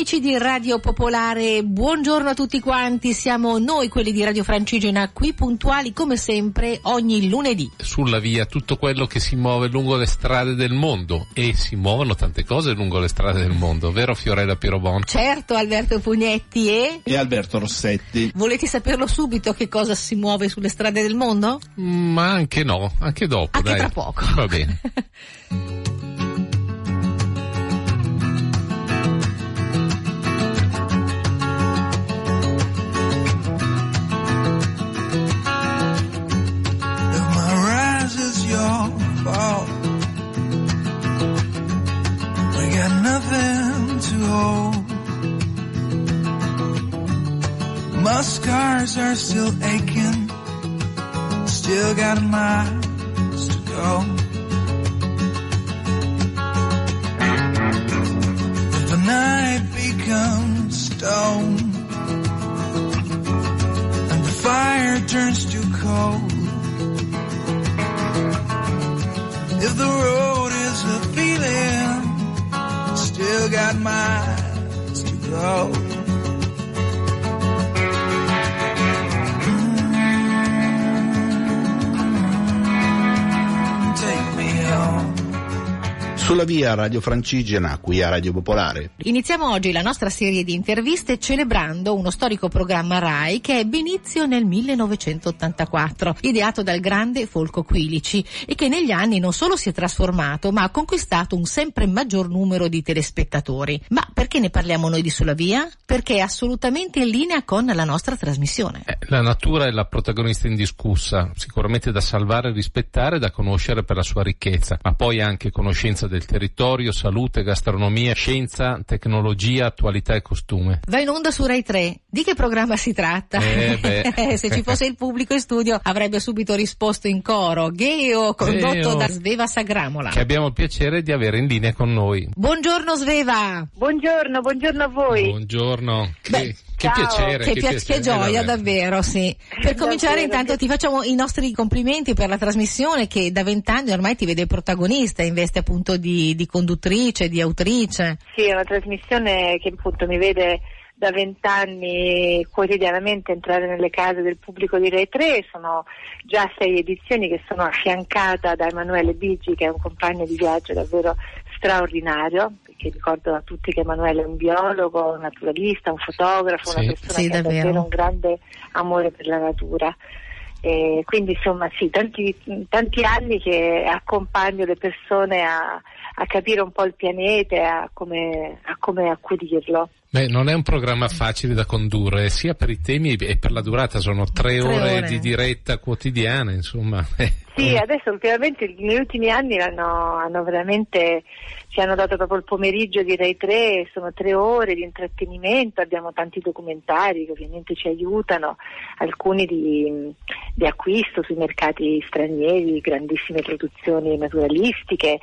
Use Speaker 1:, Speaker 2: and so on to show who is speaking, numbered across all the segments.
Speaker 1: amici di Radio Popolare, buongiorno a tutti quanti, siamo noi quelli di Radio Francigena qui puntuali come sempre ogni lunedì.
Speaker 2: Sulla via tutto quello che si muove lungo le strade del mondo, e si muovono tante cose lungo le strade del mondo, vero Fiorella Pirobon?
Speaker 1: Certo, Alberto Pugnetti
Speaker 3: e Alberto Rossetti.
Speaker 1: Volete saperlo subito che cosa si muove sulle strade del mondo?
Speaker 2: Ma anche no, anche dopo.
Speaker 1: Anche
Speaker 2: dai.
Speaker 1: Tra poco.
Speaker 2: Va bene.
Speaker 4: Fault. I got nothing to hold. My scars are still aching. Still got miles to go. If the night becomes stone and the fire turns to cold, if the road is a feeling, still got miles to go. Take me home.
Speaker 3: Sulla via Radio Francigena, qui a Radio Popolare.
Speaker 1: Iniziamo oggi la nostra serie di interviste celebrando uno storico programma RAI che ebbe inizio nel 1984, ideato dal grande Folco Quilici e che negli anni non solo si è trasformato ma ha conquistato un sempre maggior numero di telespettatori. Ma perché ne parliamo noi di Sulla via? Perché è assolutamente in linea con la nostra trasmissione.
Speaker 2: La natura è la protagonista indiscussa, sicuramente da salvare e rispettare, da conoscere per la sua ricchezza, ma poi anche conoscenza del territorio, salute, gastronomia, scienza, tecnologia, attualità e costume.
Speaker 1: Va in onda su Rai 3. Di che programma si tratta? Se ci fosse il pubblico in studio avrebbe subito risposto in coro. Geo, condotto da Sveva Sagramola,
Speaker 2: che abbiamo il piacere di avere in linea con noi.
Speaker 1: Buongiorno Sveva.
Speaker 5: Buongiorno a voi.
Speaker 2: Buongiorno.
Speaker 1: Che
Speaker 2: piacere,
Speaker 1: che gioia davvero, sì. Per cominciare intanto ti facciamo i nostri complimenti per la trasmissione che da 20 anni ormai ti vede protagonista in veste appunto di conduttrice, di autrice.
Speaker 5: Sì, è una trasmissione che appunto mi vede da 20 anni quotidianamente entrare nelle case del pubblico di Rai 3. Sono già 6 edizioni che sono affiancata da Emanuele Bigi, che è un compagno di viaggio davvero straordinario, perché ricordo a tutti che Emanuele è un biologo, un naturalista, un fotografo, una persona che ha davvero un grande amore per la natura. E quindi insomma sì, tanti anni che accompagno le persone a capire un po' il pianeta e a come accudirlo.
Speaker 2: Beh, non è un programma facile da condurre, sia per i temi e per la durata, sono 3 ore di diretta quotidiana, insomma.
Speaker 5: Sì, adesso ultimamente, negli ultimi anni hanno veramente, ci hanno dato proprio il pomeriggio di Rai 3, sono 3 ore di intrattenimento, abbiamo tanti documentari che ovviamente ci aiutano, alcuni di acquisto sui mercati stranieri, grandissime produzioni naturalistiche,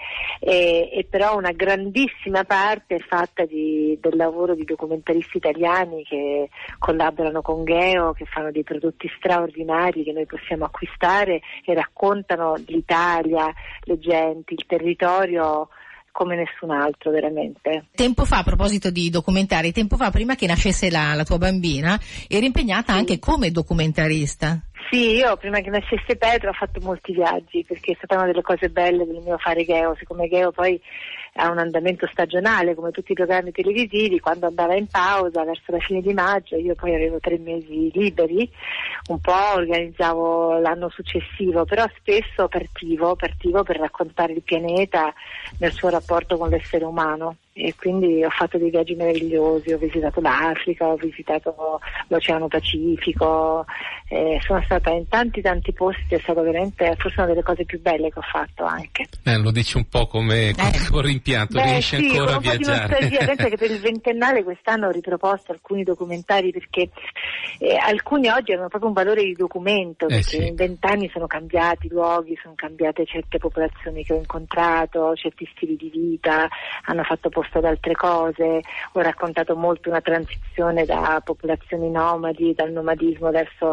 Speaker 5: e però una grandissima parte è fatta del lavoro di documentaristi italiani che collaborano con Geo, che fanno dei prodotti straordinari che noi possiamo acquistare e raccontano l'Italia, le genti, il territorio come nessun altro, veramente.
Speaker 1: Tempo fa, a proposito di documentari, prima che nascesse la tua bambina, eri impegnata anche come documentarista.
Speaker 5: Sì, io prima che nascesse Petra ho fatto molti viaggi, perché è stata una delle cose belle del mio fare Geo, siccome Geo poi ha un andamento stagionale come tutti i programmi televisivi. Quando andava in pausa verso la fine di maggio io poi avevo 3 mesi liberi, un po' organizzavo l'anno successivo, però spesso partivo per raccontare il pianeta nel suo rapporto con l'essere umano, e quindi ho fatto dei viaggi meravigliosi, ho visitato l'Africa, ho visitato l'Oceano Pacifico, sono stata in tanti posti, è stato veramente forse una delle cose più belle che ho fatto anche.
Speaker 2: Lo dici un po' come rimpianto, riesci ancora a viaggiare.
Speaker 5: Penso che per il 20ennale quest'anno ho riproposto alcuni documentari, perché Alcuni oggi hanno proprio un valore di documento, perché
Speaker 2: sì.
Speaker 5: in 20 anni sono cambiati i luoghi, sono cambiate certe popolazioni che ho incontrato, certi stili di vita, hanno fatto posto ad altre cose. Ho raccontato molto una transizione da popolazioni nomadi, dal nomadismo verso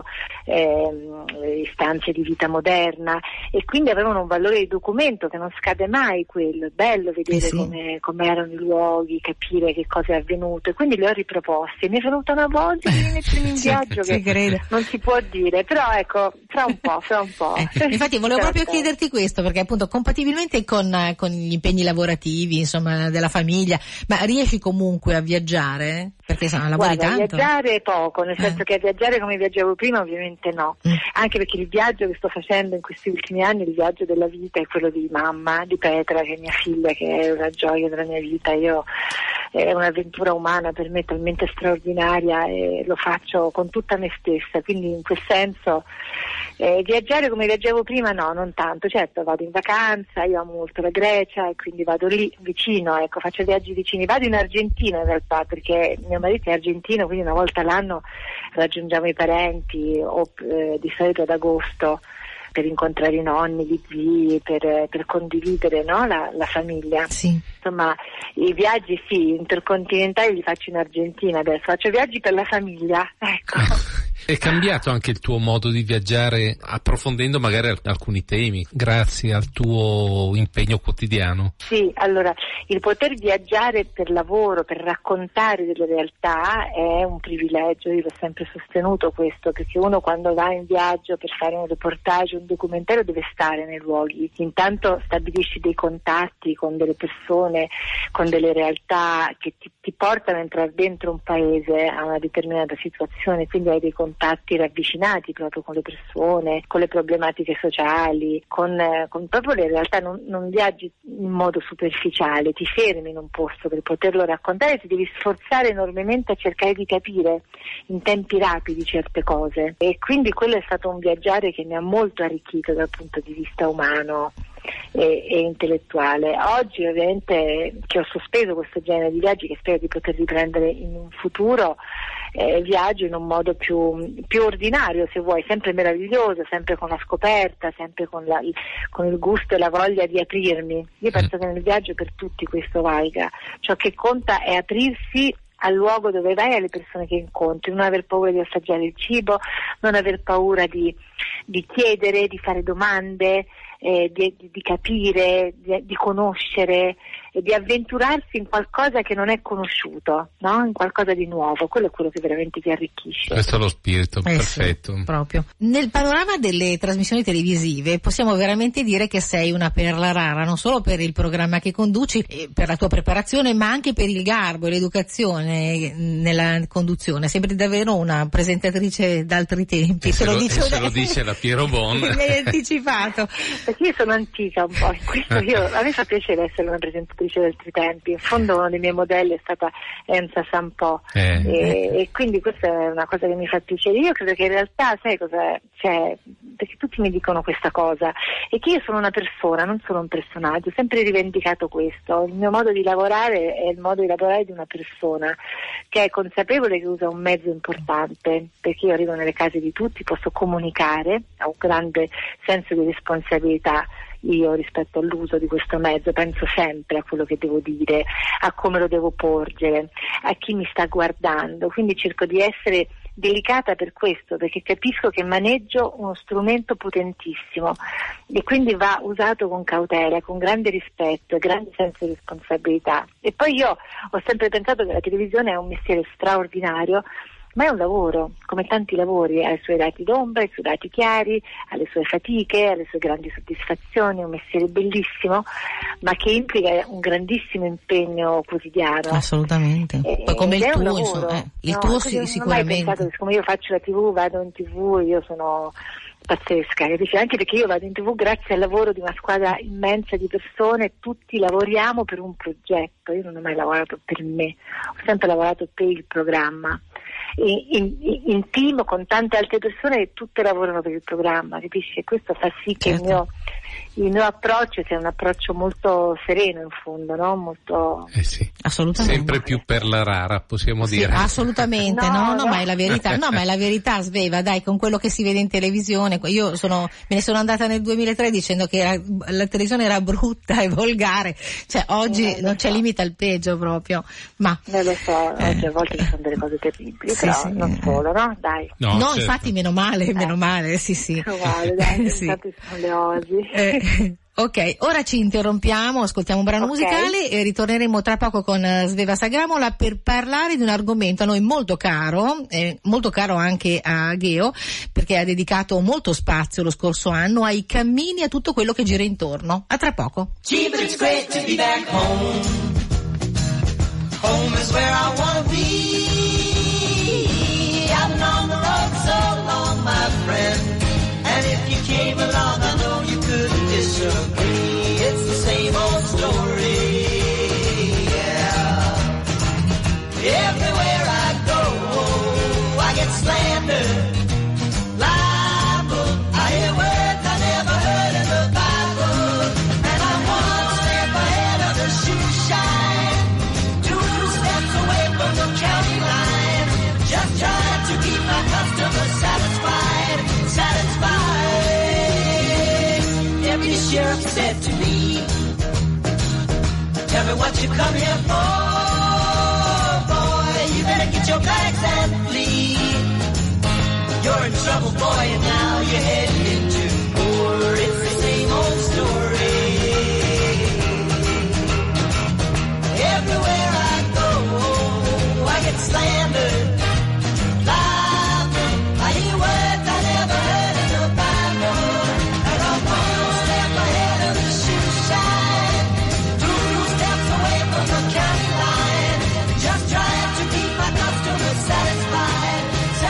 Speaker 5: istanze di vita moderna, e quindi avevano un valore di documento che non scade mai. Quello è bello vedere come erano i luoghi, capire che cosa è avvenuto, e quindi li ho riproposti. Mi è venuta una voglia di mettermi in viaggio che non si può dire, però ecco, fra un po'.
Speaker 1: Infatti volevo proprio chiederti questo, perché appunto compatibilmente con gli impegni lavorativi, insomma, della famiglia, ma riesci comunque a viaggiare? Perché insomma, lavori tanto?
Speaker 5: Viaggiare poco, nel senso che a viaggiare come viaggiavo prima ovviamente no, anche perché il viaggio che sto facendo in questi ultimi anni, il viaggio della vita, è quello di mamma, di Petra, che è mia figlia, che è una gioia della mia vita. È un'avventura umana per me talmente straordinaria, e lo faccio con tutta me stessa, quindi in quel senso viaggiare come viaggiavo prima no, non tanto. Certo, vado in vacanza, io amo molto la Grecia e quindi vado lì vicino, ecco, faccio viaggi vicini. Vado in Argentina in realtà, perché mio marito è argentino, quindi una volta l'anno raggiungiamo i parenti, o di solito ad agosto, per incontrare i nonni, gli zii, per condividere, no, la famiglia.
Speaker 1: Sì.
Speaker 5: Insomma, i viaggi intercontinentali li faccio in Argentina adesso, faccio viaggi per la famiglia, ecco.
Speaker 2: È cambiato anche il tuo modo di viaggiare, approfondendo magari alcuni temi, grazie al tuo impegno quotidiano?
Speaker 5: Sì, allora, il poter viaggiare per lavoro, per raccontare delle realtà è un privilegio, io l'ho sempre sostenuto questo, perché uno quando va in viaggio per fare un reportage, un documentario, deve stare nei luoghi. Intanto stabilisci dei contatti con delle persone, con delle realtà che ti portano a entrare dentro un paese, a una determinata situazione, quindi hai dei contatti ravvicinati proprio con le persone, con le problematiche sociali, con proprio le realtà. Non viaggi in modo superficiale, ti fermi in un posto per poterlo raccontare, ti devi sforzare enormemente a cercare di capire in tempi rapidi certe cose, e quindi quello è stato un viaggiare che mi ha molto arricchito dal punto di vista umano e intellettuale. Oggi ovviamente che ho sospeso questo genere di viaggi, che spero di poter riprendere in un futuro, viaggio in un modo più ordinario, se vuoi, sempre meraviglioso, sempre con la scoperta, sempre con il gusto e la voglia di aprirmi. Io penso che nel viaggio per tutti questo valga. Ciò che conta è aprirsi al luogo dove vai, alle persone che incontri, non aver paura di assaggiare il cibo, non aver paura di chiedere, di fare domande, di capire, di conoscere, e di avventurarsi in qualcosa che non è conosciuto, no? In qualcosa di nuovo. Quello è quello che veramente ti arricchisce.
Speaker 2: Questo è lo spirito, perfetto.
Speaker 1: Sì, proprio. Nel panorama delle trasmissioni televisive possiamo veramente dire che sei una perla rara, non solo per il programma che conduci, per la tua preparazione, ma anche per il garbo e l'educazione nella conduzione. Sembri davvero una presentatrice d'altri tempi.
Speaker 2: Se lo dice la Piero Bon.
Speaker 1: Mi hai anticipato.
Speaker 5: Perché io sono antica un po', in questo a me fa piacere essere una presentatrice d'altri tempi. In fondo uno dei miei modelli è stata Enza Sampò, e quindi questa è una cosa che mi fa piacere. Io credo che in realtà, sai cosa c'è? Perché tutti mi dicono questa cosa, è che io sono una persona, non sono un personaggio. Ho sempre rivendicato questo. Il mio modo di lavorare è il modo di lavorare di una persona che è consapevole che usa un mezzo importante, perché io arrivo nelle case di tutti, posso comunicare, ho un grande senso di responsabilità io rispetto all'uso di questo mezzo, penso sempre a quello che devo dire, a come lo devo porgere, a chi mi sta guardando, quindi cerco di essere delicata per questo, perché capisco che maneggio uno strumento potentissimo e quindi va usato con cautela, con grande rispetto e grande senso di responsabilità. E poi io ho sempre pensato che la televisione è un mestiere straordinario, ma è un lavoro, come tanti lavori, ha i suoi lati d'ombra, i suoi lati chiari, ha le sue fatiche, ha le sue grandi soddisfazioni, è un mestiere bellissimo, ma che implica un grandissimo impegno quotidiano.
Speaker 1: Assolutamente. Poi come il tuo, insomma, il tuo sicuramente. Non ho mai pensato che siccome io faccio la TV, vado in TV, io sono pazzesca, capisci? Anche perché io vado in TV grazie al lavoro di una squadra immensa di persone, tutti lavoriamo per un progetto. Io non ho mai lavorato per me, ho sempre lavorato per il programma. In team con tante altre persone che tutte lavorano per il programma, capisci? E questo fa sì che il mio
Speaker 5: il mio approccio sia un approccio molto sereno in fondo, no? Molto...
Speaker 2: Sì.
Speaker 1: Assolutamente.
Speaker 2: Sempre più per la rara, possiamo dire.
Speaker 1: Assolutamente, no, ma è la verità. No, ma è la verità, Sveva, dai, con quello che si vede in televisione. Io me ne sono andata nel 2003 dicendo che la televisione era brutta e volgare. Cioè, oggi non c'è limite al peggio proprio. Ma
Speaker 5: lo so, oggi a volte ci sono delle cose terribili, però non solo, no? Dai.
Speaker 2: No, certo.
Speaker 1: Infatti meno male, sì.
Speaker 5: Meno male, dai,
Speaker 1: sì.
Speaker 5: infatti sono le oggi.
Speaker 1: Ok, ora ci interrompiamo, ascoltiamo un brano musicale e ritorneremo tra poco con Sveva Sagramola per parlare di un argomento a noi molto caro anche a Geo, perché ha dedicato molto spazio lo scorso anno ai cammini e a tutto quello che gira intorno. A tra poco.
Speaker 6: Gee, but it's great to be back home. Home is where I wanna be. I've been on the road so long, my friend. And if you came along, I know you couldn't disagree. It's the same old story, yeah. Everywhere I go, I get slandered, libel. I hear words I never heard in the Bible. And I'm one step ahead of the shoe shine, 2 steps away from the county line. Just trying to keep my customers satisfied. Deputy Sheriff said to me, tell me what you come here for, boy. You better get your bags and flee. You're in trouble, boy, and now you're heading into war. It's the same old story. Everywhere I go, I get slandered. I hear words I never heard in the Bible. And I'm one step ahead of the shoe shine, 2 steps away from the county line. Just trying to keep my customers satisfied.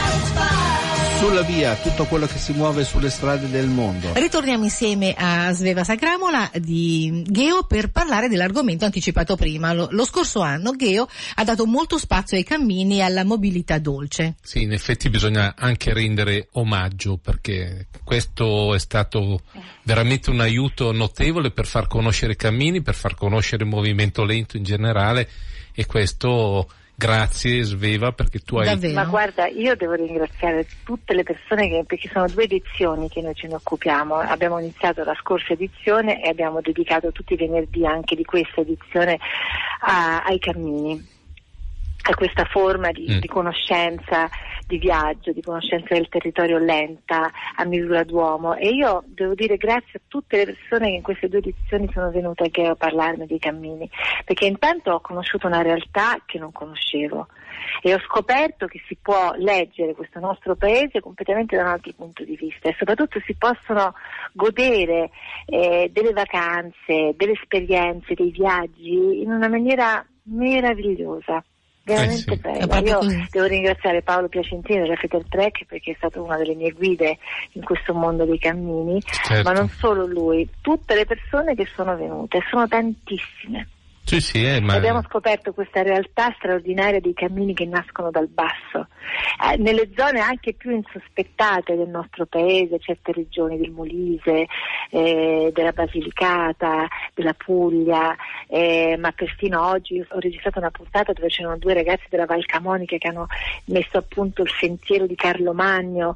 Speaker 3: Sulla via, tutto quello che si muove sulle strade del mondo.
Speaker 1: Ritorniamo insieme a Sveva Sagramola di Geo per parlare dell'argomento anticipato prima. Lo scorso anno Geo ha dato molto spazio ai cammini e alla mobilità dolce.
Speaker 2: Sì, in effetti bisogna anche rendere omaggio, perché questo è stato veramente un aiuto notevole per far conoscere i cammini, per far conoscere il movimento lento in generale, e questo... Grazie Sveva, perché tu hai...
Speaker 1: Davvero?
Speaker 5: Ma guarda, io devo ringraziare tutte le persone perché sono 2 edizioni che noi ce ne occupiamo. Abbiamo iniziato la scorsa edizione e abbiamo dedicato tutti i venerdì anche di questa edizione ai cammini, a questa forma di conoscenza, di viaggio, di conoscenza del territorio lenta, a misura d'uomo. E io devo dire grazie a tutte le persone che in queste 2 edizioni sono venute anche a parlarmi dei cammini, perché intanto ho conosciuto una realtà che non conoscevo e ho scoperto che si può leggere questo nostro paese completamente da un altro punto di vista, e soprattutto si possono godere delle vacanze, delle esperienze, dei viaggi in una maniera meravigliosa. Veramente
Speaker 2: sì.
Speaker 5: bella. Io devo ringraziare Paolo Piacentini della Federtrek, perché è stato una delle mie guide in questo mondo dei cammini,
Speaker 2: certo.
Speaker 5: Ma non solo lui, tutte le persone che sono venute, sono tantissime.
Speaker 2: Sì, ma...
Speaker 5: Abbiamo scoperto questa realtà straordinaria dei cammini che nascono dal basso, nelle zone anche più insospettate del nostro paese, certe regioni del Molise, della Basilicata, della Puglia, ma perfino oggi ho registrato una puntata dove c'erano 2 ragazzi della Val Camonica che hanno messo a punto il sentiero di Carlo Magno.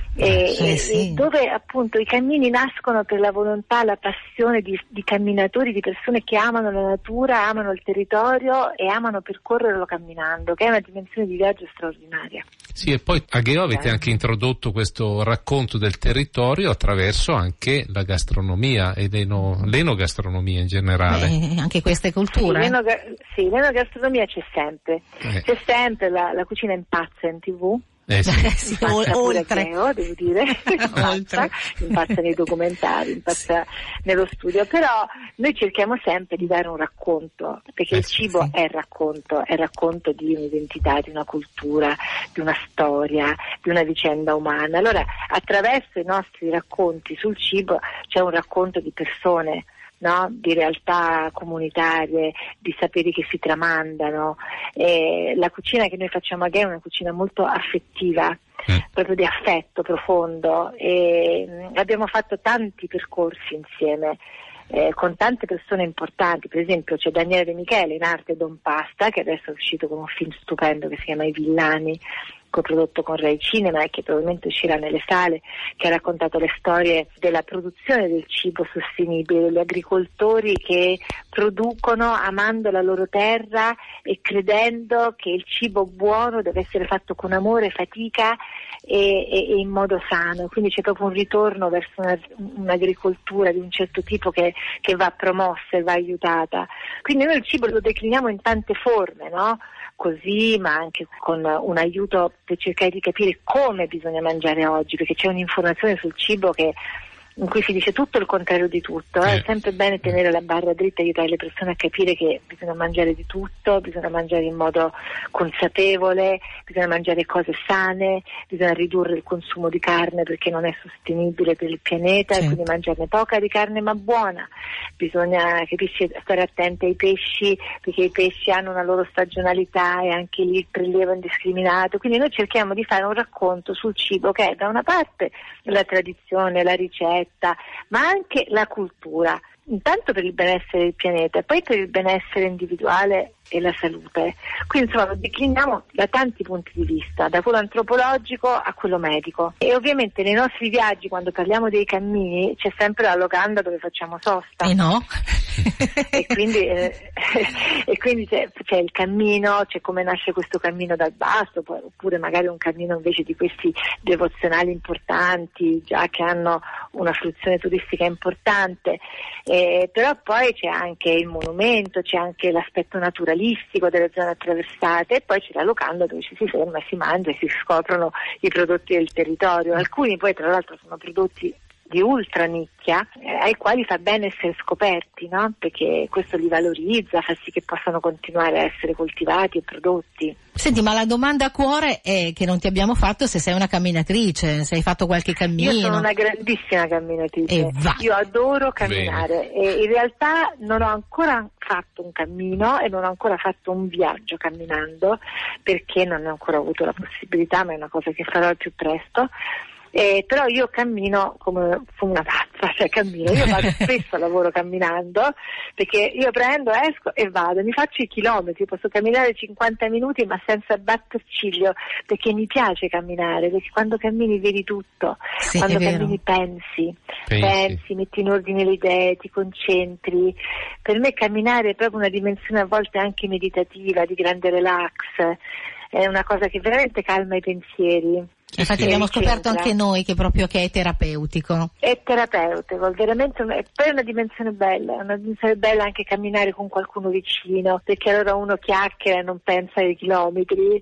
Speaker 1: Sì.
Speaker 5: Dove appunto i cammini nascono per la volontà, la passione di camminatori, di persone che amano la natura, amano il territorio e amano percorrerlo camminando, che è una dimensione di viaggio straordinaria.
Speaker 2: Sì, e poi a Geo avete anche introdotto questo racconto del territorio attraverso anche la gastronomia e l'enogastronomia in generale.
Speaker 1: Anche questa è cultura.
Speaker 5: Sì, l'enogastronomia c'è sempre. C'è sempre la cucina impazza in TV.
Speaker 1: Sì, oltre.
Speaker 5: Geo, devo dire, impazza nei documentari, impazza nello studio, però noi cerchiamo sempre di dare un racconto, perché il cibo è racconto di un'identità, di una cultura, di una storia, di una vicenda umana. Allora, attraverso i nostri racconti sul cibo c'è un racconto di persone, no? Di realtà comunitarie, di saperi che si tramandano. La cucina che noi facciamo a Geo è una cucina molto affettiva, proprio di affetto profondo, e abbiamo fatto tanti percorsi insieme. Con tante persone importanti, per esempio c'è Daniele De Michele in arte Don Pasta, che adesso è uscito con un film stupendo che si chiama I Villani, coprodotto con Rai Cinema e che probabilmente uscirà nelle sale, che ha raccontato le storie della produzione del cibo sostenibile, degli agricoltori che producono amando la loro terra e credendo che il cibo buono deve essere fatto con amore, fatica e in modo sano. Quindi c'è proprio un ritorno verso un'agricoltura di un certo tipo che va promossa e va aiutata. Quindi noi il cibo lo decliniamo in tante forme, no? Così, ma anche con un aiuto per cercare di capire come bisogna mangiare oggi, perché c'è un'informazione sul cibo in cui si dice tutto il contrario di tutto. È sempre bene tenere la barra dritta e aiutare le persone a capire che bisogna mangiare di tutto, bisogna mangiare in modo consapevole, bisogna mangiare cose sane, bisogna ridurre il consumo di carne perché non è sostenibile per il pianeta, e quindi mangiarne poca di carne ma buona. Bisogna stare attenti ai pesci, perché i pesci hanno una loro stagionalità e anche lì il prelievo indiscriminato. Quindi noi cerchiamo di fare un racconto sul cibo che è da una parte la tradizione, la ricetta, ma anche la cultura, intanto per il benessere del pianeta e poi per il benessere individuale e la salute. Quindi insomma lo decliniamo da tanti punti di vista, da quello antropologico a quello medico. E ovviamente nei nostri viaggi, quando parliamo dei cammini, c'è sempre la locanda dove facciamo sosta.
Speaker 1: No?
Speaker 5: E quindi c'è il cammino, c'è come nasce questo cammino dal basso, oppure magari un cammino invece di questi devozionali importanti, già che hanno una fruizione turistica importante. Però poi c'è anche il monumento, c'è anche l'aspetto naturalistico delle zone attraversate, e poi c'è la locanda dove ci si ferma e si mangia e si scoprono i prodotti del territorio. Alcuni poi tra l'altro sono prodotti di ultra nicchia, ai quali fa bene essere scoperti, no? Perché questo li valorizza, fa sì che possano continuare a essere coltivati e prodotti.
Speaker 1: Senti, ma la domanda a cuore è che non ti abbiamo fatto se sei una camminatrice, se hai fatto qualche cammino.
Speaker 5: Io sono una grandissima camminatrice, io adoro camminare. E in realtà non ho ancora fatto un cammino e non ho ancora fatto un viaggio camminando, perché non ne ho ancora avuto la possibilità, ma è una cosa che farò al più presto. Però io cammino come una pazza, cioè cammino, io vado spesso al lavoro camminando, perché io prendo, esco e vado, mi faccio i chilometri, posso camminare 50 minuti ma senza batter ciglio, perché mi piace camminare, perché quando cammini vedi tutto, quando cammini pensi, metti in ordine le idee, ti concentri. Per me camminare è proprio una dimensione a volte anche meditativa, di grande relax, è una cosa che veramente calma i pensieri.
Speaker 1: Infatti abbiamo scoperto anche noi che è terapeutico.
Speaker 5: È terapeutico, veramente, e poi è una dimensione bella anche camminare con qualcuno vicino, perché allora uno chiacchiera e non pensa ai chilometri.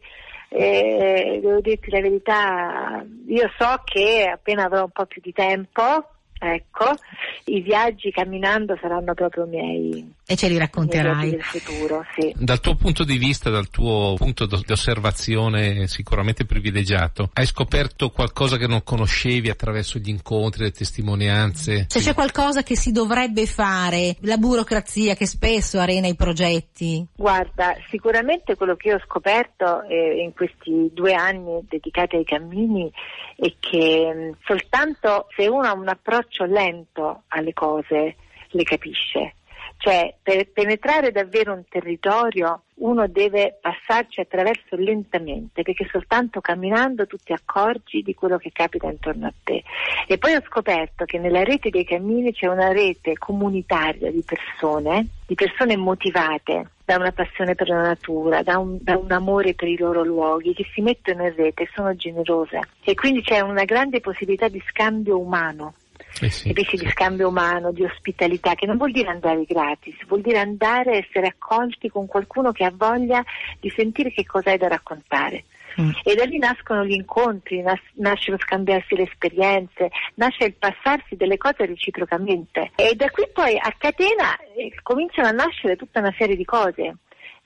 Speaker 5: Devo dirti la verità, io so che appena avrò un po' più di tempo, ecco, i viaggi camminando saranno proprio miei.
Speaker 1: E ce li racconterai.
Speaker 5: Del futuro, sì.
Speaker 2: Dal tuo punto di vista, dal tuo punto di osservazione sicuramente privilegiato, hai scoperto qualcosa che non conoscevi attraverso gli incontri, le testimonianze?
Speaker 1: Se c'è qualcosa che si dovrebbe fare, la burocrazia che spesso arena i progetti?
Speaker 5: Guarda, sicuramente quello che ho scoperto in questi 2 anni dedicati ai cammini è che soltanto se uno ha un approccio lento alle cose le capisce. Cioè, per penetrare davvero un territorio uno deve passarci attraverso lentamente, perché soltanto camminando tu ti accorgi di quello che capita intorno a te. E poi ho scoperto che nella rete dei cammini c'è una rete comunitaria di persone motivate da una passione per la natura, da un amore per i loro luoghi, che si mettono in rete e sono generose. E quindi c'è una grande possibilità di scambio umano. Invece di scambio umano, di ospitalità, che non vuol dire andare gratis, vuol dire andare a essere accolti con qualcuno che ha voglia di sentire che cosa hai da raccontare. E da lì nascono gli incontri, nasce lo scambiarsi le esperienze, nasce il passarsi delle cose reciprocamente, e da qui poi a catena cominciano a nascere tutta una serie di cose.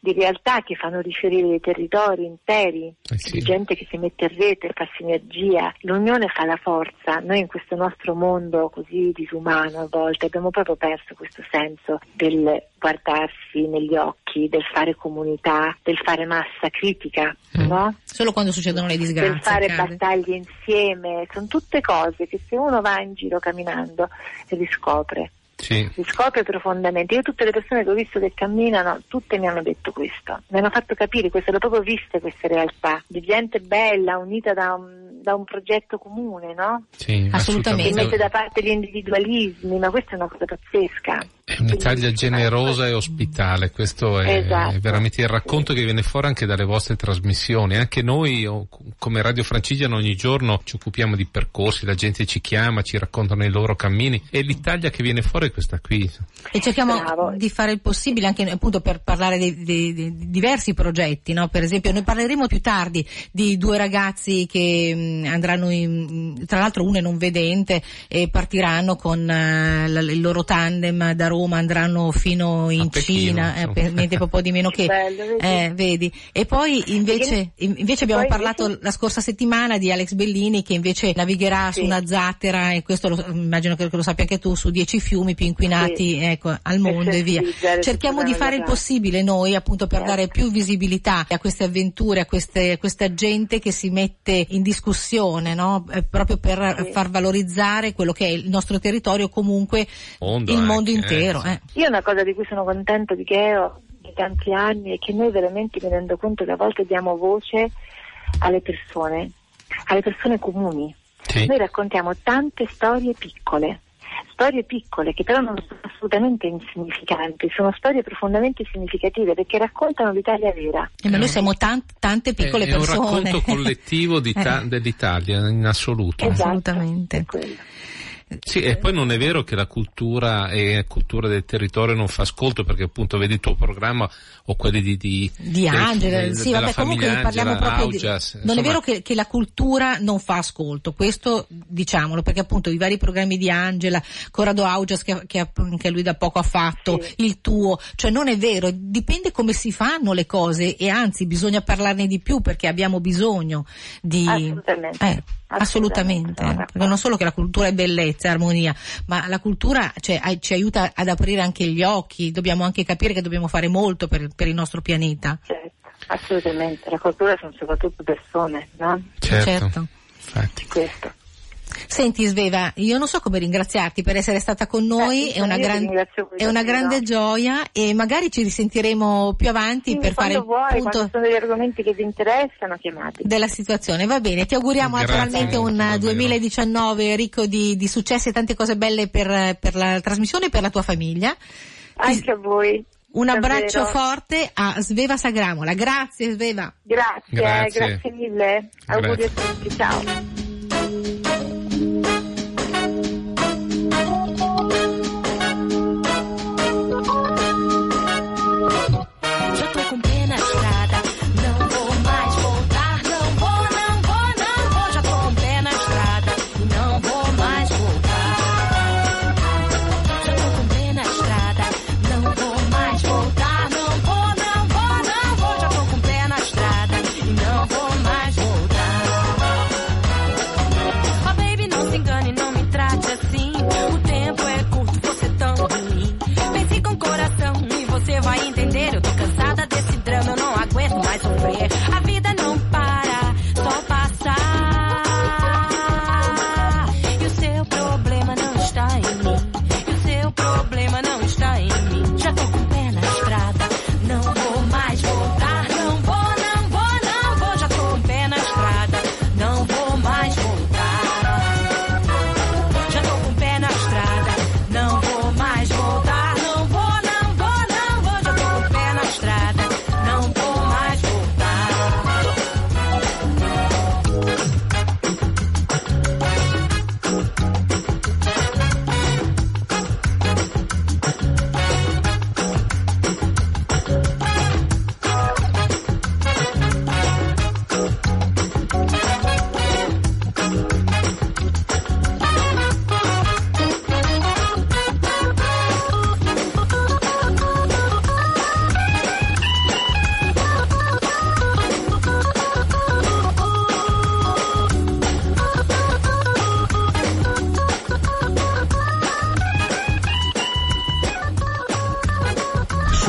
Speaker 5: di realtà che fanno rifiorire dei territori interi,
Speaker 2: sì.
Speaker 5: di gente che si mette in rete, fa sinergia. L'unione fa la forza. Noi in questo nostro mondo così disumano a volte abbiamo proprio perso questo senso del guardarsi negli occhi, del fare comunità, del fare massa critica, no?
Speaker 1: Solo quando succedono le disgrazie.
Speaker 5: Del fare
Speaker 1: accade.
Speaker 5: battaglie insieme. Sono tutte cose che se uno va in giro camminando riscopre.
Speaker 2: Sì.
Speaker 5: Si scopre profondamente. Io tutte le persone che ho visto che camminano, tutte mi hanno detto questo, mi hanno fatto capire questo, l'ho proprio viste queste realtà di gente bella unita da un progetto comune, no?
Speaker 2: Sì,
Speaker 1: Assolutamente.
Speaker 5: Che mette da parte gli individualismi, ma questa è una cosa pazzesca.
Speaker 2: È un'Italia generosa e ospitale, questo è,
Speaker 5: Esatto.
Speaker 2: è veramente il racconto che viene fuori anche dalle vostre trasmissioni. Anche noi come Radio Francigena ogni giorno ci occupiamo di percorsi, la gente ci chiama, ci raccontano i loro cammini, e l'Italia che viene fuori è questa qui.
Speaker 1: E cerchiamo
Speaker 5: Bravo.
Speaker 1: di fare il possibile anche appunto per parlare di diversi progetti, no? Per esempio noi parleremo più tardi di due ragazzi che andranno tra l'altro uno è non vedente e partiranno con il loro tandem da Roma, andranno fino in Cina, niente proprio di meno che
Speaker 5: bello,
Speaker 1: vedi. E poi invece abbiamo parlato la scorsa settimana di Alex Bellini che invece navigherà su una zattera, e questo immagino che lo sappia anche tu, su 10 fiumi più inquinati al mondo e via. Cerchiamo di fare il possibile noi appunto per dare più visibilità a queste avventure, a questa gente che si mette in discussione, no? Proprio per far valorizzare quello che è il nostro territorio, comunque il mondo intero.
Speaker 5: Io una cosa di cui sono contento di Geo di tanti anni è che noi veramente mi rendo conto che a volte diamo voce alle persone comuni.
Speaker 2: Sì.
Speaker 5: Noi raccontiamo tante storie piccole che però non sono assolutamente insignificanti, sono storie profondamente significative perché raccontano l'Italia vera.
Speaker 1: Ma noi siamo tante piccole persone.
Speaker 2: È un racconto collettivo dell'Italia in assoluto.
Speaker 5: Esatto,
Speaker 1: assolutamente.
Speaker 5: è quello.
Speaker 2: Sì, e poi non è vero che la cultura del territorio non fa ascolto, perché appunto vedi il tuo programma o quelli di
Speaker 1: Angela, sì, vabbè, comunque parliamo proprio
Speaker 2: Augias,
Speaker 1: non è vero che la cultura non fa ascolto, questo diciamolo, perché appunto i vari programmi di Angela, Corrado Augias che lui da poco ha fatto, sì. Il tuo, cioè non è vero, dipende come si fanno le cose, e anzi bisogna parlarne di più perché abbiamo bisogno di assolutamente. Perché non solo che la cultura è bellezza, armonia, ma la cultura ci aiuta ad aprire anche gli occhi, dobbiamo anche capire che dobbiamo fare molto per il nostro pianeta.
Speaker 5: Certo, assolutamente, la cultura sono soprattutto persone, no?
Speaker 1: Certo.
Speaker 2: Infatti.
Speaker 5: Questo.
Speaker 1: Senti Sveva, io non so come ringraziarti per essere stata con noi, è una grande gioia, e magari ci risentiremo più avanti per fare il punto.
Speaker 5: Quando sono degli argomenti che vi interessano, chiamate.
Speaker 1: Della situazione, va bene, ti auguriamo naturalmente un 2019 ricco di successi e tante cose belle per la trasmissione e per la tua famiglia.
Speaker 5: Anche a voi.
Speaker 1: Un abbraccio forte a Sveva Sagramola, grazie Sveva.
Speaker 5: Grazie mille, auguri a tutti, ciao.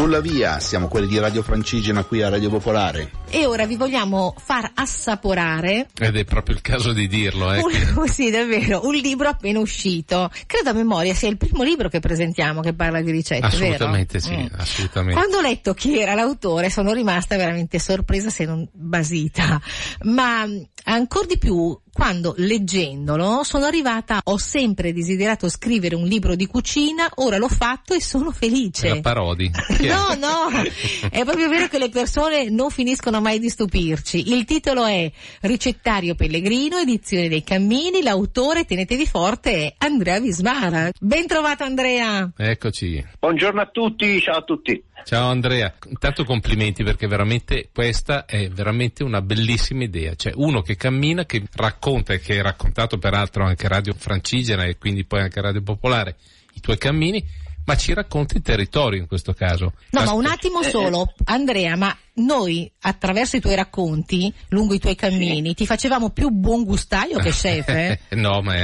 Speaker 3: Sulla via, siamo quelli di Radio Francigena qui a Radio Popolare.
Speaker 1: E ora vi vogliamo far assaporare,
Speaker 2: ed è proprio il caso di dirlo,
Speaker 1: sì, davvero, un libro appena uscito. Credo a memoria sia il primo libro che presentiamo che parla di ricette,
Speaker 2: assolutamente
Speaker 1: vero?
Speaker 2: Sì, assolutamente.
Speaker 1: Quando ho letto chi era l'autore sono rimasta veramente sorpresa, se non basita, ma ancora di più quando leggendolo sono arrivata, ho sempre desiderato scrivere un libro di cucina, ora l'ho fatto e sono felice.
Speaker 2: La parodi.
Speaker 1: No, è proprio vero che le persone non finiscono mai di stupirci. Il titolo è Ricettario Pellegrino, edizione dei Cammini, l'autore, tenetevi forte, è Andrea Vismara. Ben trovato Andrea.
Speaker 2: Eccoci.
Speaker 7: Buongiorno a tutti, ciao a tutti.
Speaker 2: Ciao Andrea, intanto complimenti perché veramente questa è veramente una bellissima idea, cioè uno che cammina, che racconta e che hai raccontato peraltro anche Radio Francigena e quindi poi anche Radio Popolare i tuoi cammini, ma ci racconti il territorio in questo caso.
Speaker 1: No, ma un attimo solo, Andrea, ma noi attraverso i tuoi racconti, lungo i tuoi cammini, ti facevamo più buon gustaio che chef?
Speaker 2: No, ma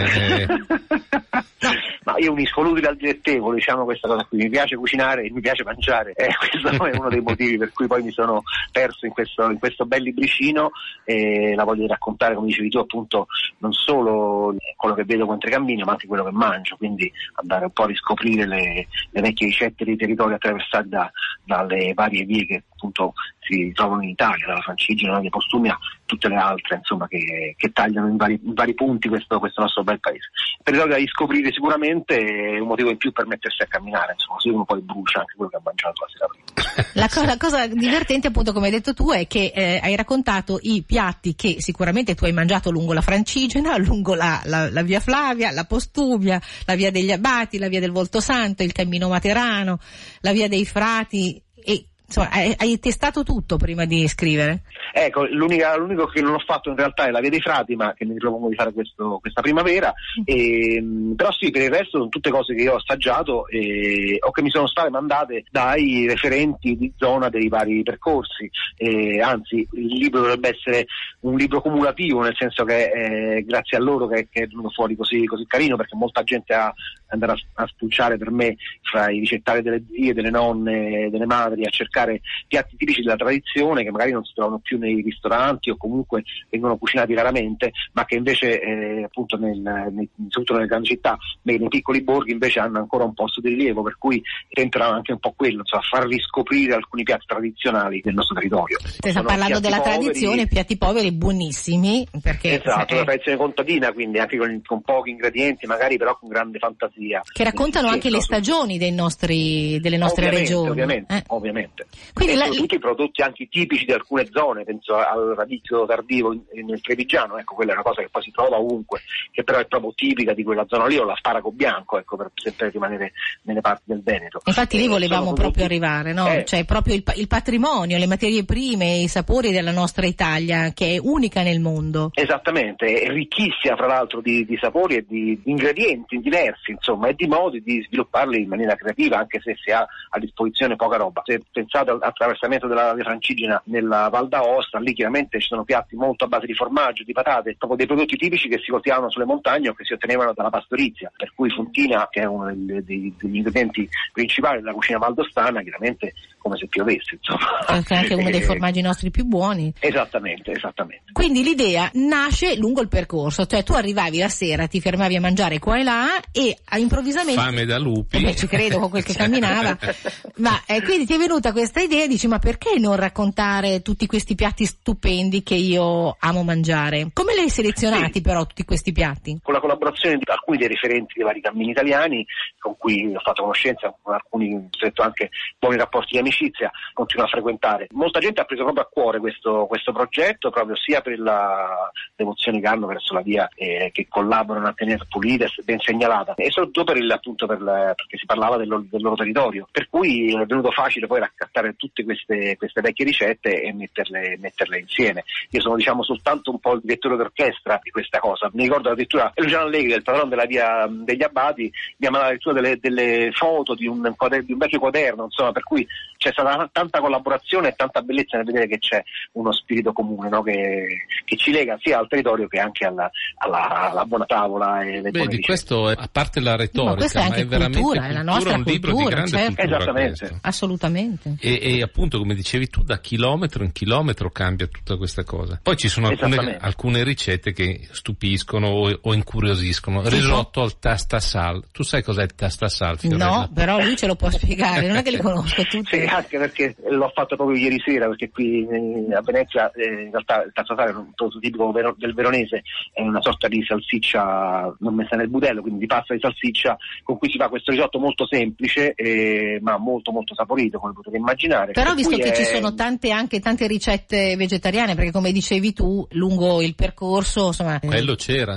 Speaker 7: Ma io unisco l'utile al dilettevole, diciamo questa cosa qui, mi piace cucinare e mi piace mangiare, questo è uno dei motivi per cui poi mi sono perso in questo bel libricino e la voglio raccontare, come dicevi tu, appunto non solo quello che vedo mentre cammino ma anche quello che mangio, quindi andare un po' a riscoprire le vecchie ricette dei territori attraversati dalle varie vie che appunto si trovano in Italia, dalla Francigena, dalla Postumia, tutte le altre insomma che tagliano in vari punti questo nostro bel paese. Per da riscoprire sicuramente è un motivo in più per mettersi a camminare, insomma, così uno poi brucia anche quello che ha mangiato la sera prima.
Speaker 1: La cosa divertente, appunto, come hai detto tu, è che hai raccontato i piatti che sicuramente tu hai mangiato lungo la Francigena, lungo la via Flavia, la Postumia, la via degli Abbati, la via del Voltosanto, il Cammino Materano, la via dei Frati e insomma, hai testato tutto prima di scrivere?
Speaker 7: Ecco, l'unico che non ho fatto in realtà è la Via dei Frati, ma che mi propongo di fare questa primavera, però sì, per il resto sono tutte cose che io ho assaggiato o che mi sono state mandate dai referenti di zona dei vari percorsi, anzi il libro dovrebbe essere un libro cumulativo, nel senso che grazie a loro che è venuto fuori così carino, perché molta gente ha andare a spulciare per me fra i ricettari delle zie, delle nonne, delle madri, a cercare piatti tipici della tradizione che magari non si trovano più nei ristoranti o comunque vengono cucinati raramente, ma che invece appunto soprattutto nelle grandi città, nei piccoli borghi invece hanno ancora un posto di rilievo, per cui tenterà anche un po' quello, insomma, far riscoprire alcuni piatti tradizionali del nostro territorio.
Speaker 1: Sta parlando della tradizione, piatti poveri buonissimi, perché
Speaker 7: esatto, la tradizione contadina, quindi anche con pochi ingredienti, magari però con grande fantasia,
Speaker 1: che raccontano anche le stagioni delle nostre regioni.
Speaker 7: Ovviamente.
Speaker 1: Quindi
Speaker 7: tutti i prodotti anche tipici di alcune zone, penso al radicchio tardivo nel Trevigiano, ecco, quella è una cosa che poi si trova ovunque, che però è proprio tipica di quella zona lì, o l'asparago bianco, ecco, per sempre rimanere nelle parti del Veneto.
Speaker 1: Infatti lì volevamo proprio arrivare, no? Cioè proprio il patrimonio, le materie prime, i sapori della nostra Italia, che è unica nel mondo.
Speaker 7: Esattamente, è ricchissima fra l'altro di sapori e di ingredienti diversi, insomma, e di modi di svilupparli in maniera creativa, anche se si ha a disposizione poca roba. Se pensate all'attraversamento della Via Francigena nella Val d'Aosta, lì chiaramente ci sono piatti molto a base di formaggio, di patate, proprio dei prodotti tipici che si coltivavano sulle montagne o che si ottenevano dalla pastorizia, per cui fontina, che è uno degli ingredienti principali della cucina valdostana, chiaramente come se piovesse, insomma.
Speaker 1: Anche uno dei formaggi nostri più buoni.
Speaker 7: Esattamente.
Speaker 1: Quindi l'idea nasce lungo il percorso, cioè tu arrivavi la sera, ti fermavi a mangiare qua e là e improvvisamente...
Speaker 2: Fame da lupi.
Speaker 1: Ci credo, con quel che camminava. Ma quindi ti è venuta questa idea e dici, ma perché non raccontare tutti questi piatti stupendi che io amo mangiare? Come li hai selezionati però tutti questi piatti?
Speaker 7: Con la collaborazione di alcuni dei referenti dei vari cammini italiani, con cui ho fatto conoscenza, con alcuni ho stretto anche buoni rapporti di amicizia, continuo a frequentare. Molta gente ha preso proprio a cuore questo progetto, proprio sia per la devozione che hanno verso la via, che collaborano a tenere pulita e ben segnalata, e soprattutto perché si parlava del loro territorio, per cui è venuto facile poi raccattare tutte queste vecchie ricette e metterle metterle insieme. Io sono soltanto un po' il direttore d'orchestra di questa cosa. Mi ricordo addirittura Luciano Allegri, il padrone della via degli Abbati, mi ha mandato addirittura delle foto di un vecchio quaderno, insomma, per cui c'è stata tanta collaborazione e tanta bellezza nel vedere che c'è uno spirito comune, no? che ci lega sia al territorio che anche alla buona tavola e le buone
Speaker 2: di questo, a parte la retorica,
Speaker 1: ma è veramente cultura, è la nostra
Speaker 2: un libro
Speaker 1: cultura,
Speaker 2: di grande
Speaker 1: certo.
Speaker 2: cultura.
Speaker 7: Esattamente.
Speaker 2: Questo.
Speaker 1: Assolutamente.
Speaker 2: E appunto, come dicevi tu, da chilometro in chilometro cambia tutta questa cosa. Poi ci sono alcune ricette che stupiscono o incuriosiscono. Risotto al tastasal. Tu sai cos'è il tastasal, Fiorella?
Speaker 1: No, però lui ce lo può spiegare, non è che li conosco tutti.
Speaker 7: Sì, anche perché l'ho fatto proprio ieri sera, perché qui a Venezia in realtà il tastasal è un prodotto tipico del veronese, è una sorta di salsiccia non messa nel budello, quindi di pasta di salsiccia, con cui si fa questo risotto molto semplice ma molto molto saporito, come potete immaginare.
Speaker 1: Però visto che ci sono tante ricette vegetariane, perché come dicevi tu, lungo il percorso, insomma,
Speaker 2: quello c'era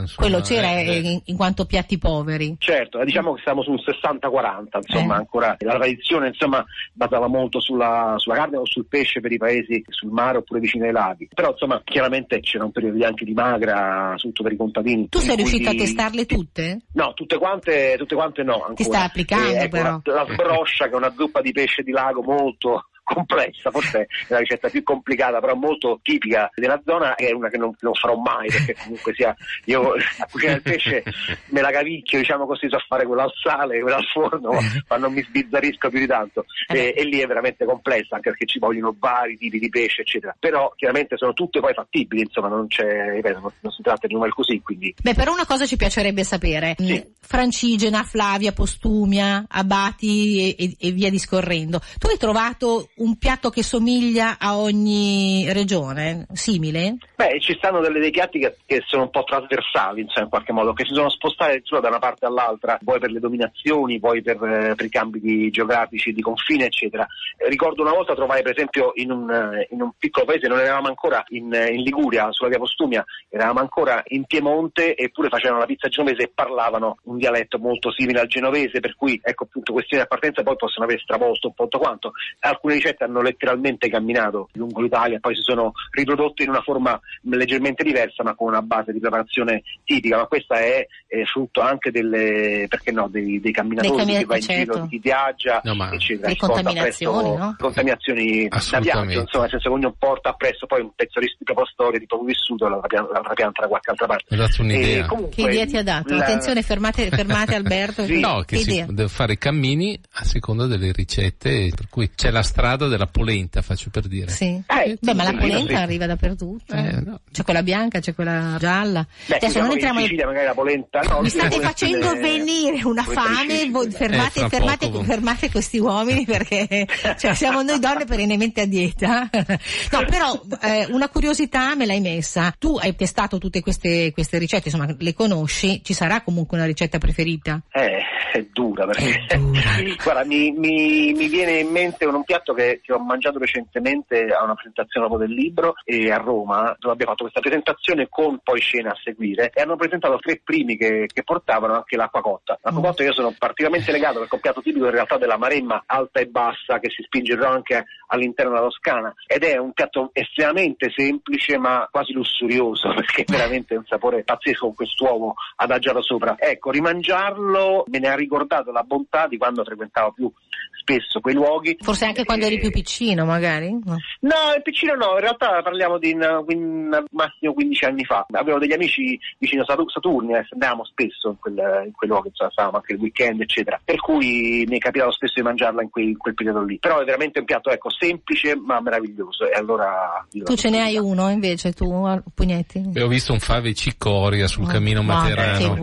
Speaker 1: in quanto piatti poveri.
Speaker 7: Certo, diciamo che siamo sul 60-40, insomma, ancora la tradizione, insomma, basava molto sulla carne o sul pesce per i paesi sul mare oppure vicino ai laghi. Però, insomma, chiaramente c'era un periodo anche di magra, soprattutto per i contadini.
Speaker 1: Tu sei riuscito a testarle tutte?
Speaker 7: No, tutte quante no, ancora.
Speaker 1: Ti sta applicando, però.
Speaker 7: La sbroscia, che è una zuppa di pesce di lago molto complessa, forse è la ricetta più complicata, però molto tipica della zona, è una che non farò mai, perché comunque io a cucinare il pesce me la cavicchio, diciamo così, so fare quella al sale, quella al forno, ma non mi sbizzarisco più di tanto, e lì è veramente complessa, anche perché ci vogliono vari tipi di pesce, eccetera. Però chiaramente sono tutte poi fattibili, insomma, non si tratta di numeri così, quindi.
Speaker 1: Beh, però una cosa ci piacerebbe sapere.
Speaker 7: Sì.
Speaker 1: Francigena, Flavia, Postumia, Abati e via discorrendo. Tu hai trovato un piatto che somiglia a ogni regione? Simile?
Speaker 7: Beh, ci stanno dei piatti che sono un po' trasversali, insomma, in qualche modo, che si sono spostati da una parte all'altra, poi per le dominazioni, poi per i cambi geografici di confine, eccetera. Ricordo una volta trovai, per esempio, in un piccolo paese, non eravamo ancora in Liguria, sulla via Postumia, eravamo ancora in Piemonte, eppure facevano la pizza genovese e parlavano un dialetto molto simile al genovese, per cui, ecco, appunto, questioni di appartenenza poi possono aver stravolto un po' tutto quanto. Alcune ricette hanno letteralmente camminato lungo l'Italia, poi si sono riprodotte in una forma leggermente diversa, ma con una base di preparazione tipica. Ma questa è frutto anche dei camminatori che va in giro, di viaggia, eccetera.
Speaker 1: Le contaminazioni, no?
Speaker 7: Contaminazioni da viaggio, insomma, nel senso che ognuno porta appresso poi un pezzo di storia, di proprio vissuto, la pianta da qualche altra parte.
Speaker 2: Mi ha dato un'idea.
Speaker 1: Che idea ti ha dato? Attenzione, fermate Alberto.
Speaker 2: No, che si deve fare i cammini a seconda delle ricette, per cui c'è la strada della polenta, faccio per dire.
Speaker 1: Sì. Ma la polenta arriva dappertutto. No. C'è quella bianca, c'è quella gialla.
Speaker 7: Adesso non entriamo in Sicilia, magari la polenta. No,
Speaker 1: mi state facendo venire una fame. Fermate questi uomini, perché siamo noi donne perennemente a dieta. No, però una curiosità me l'hai messa. Tu hai testato tutte queste ricette, insomma, le conosci. Ci sarà comunque una ricetta preferita?
Speaker 7: È dura, perché guarda, mi viene in mente un piatto che ho mangiato recentemente a una presentazione proprio del libro a Roma, dove abbiamo fatto questa presentazione con poi scena a seguire, e hanno presentato 3 primi che portavano anche l'acqua cotta. L'acqua cotta io sono particolarmente legato, perché è un piatto tipico in realtà della Maremma alta e bassa, che si spinge anche all'interno della Toscana, ed è un piatto estremamente semplice ma quasi lussurioso, perché è veramente un sapore pazzesco con quest'uovo adagiato sopra. Ecco, rimangiarlo me ne ha ricordato la bontà di quando frequentavo più spesso quei luoghi.
Speaker 1: Forse anche quando eri più piccino, magari?
Speaker 7: No, piccino no, in realtà parliamo di massimo 15 anni fa. Avevo degli amici vicino Saturni, andavamo spesso in quei luoghi, stavamo anche il weekend, eccetera. Per cui mi è capitato spesso di mangiarla in quel periodo lì. Però è veramente un piatto, ecco, semplice ma meraviglioso. E allora
Speaker 1: tu ce ne hai uno invece, tu, Pugnetti?
Speaker 2: Ho visto un fave cicoria sul Cammino Materano.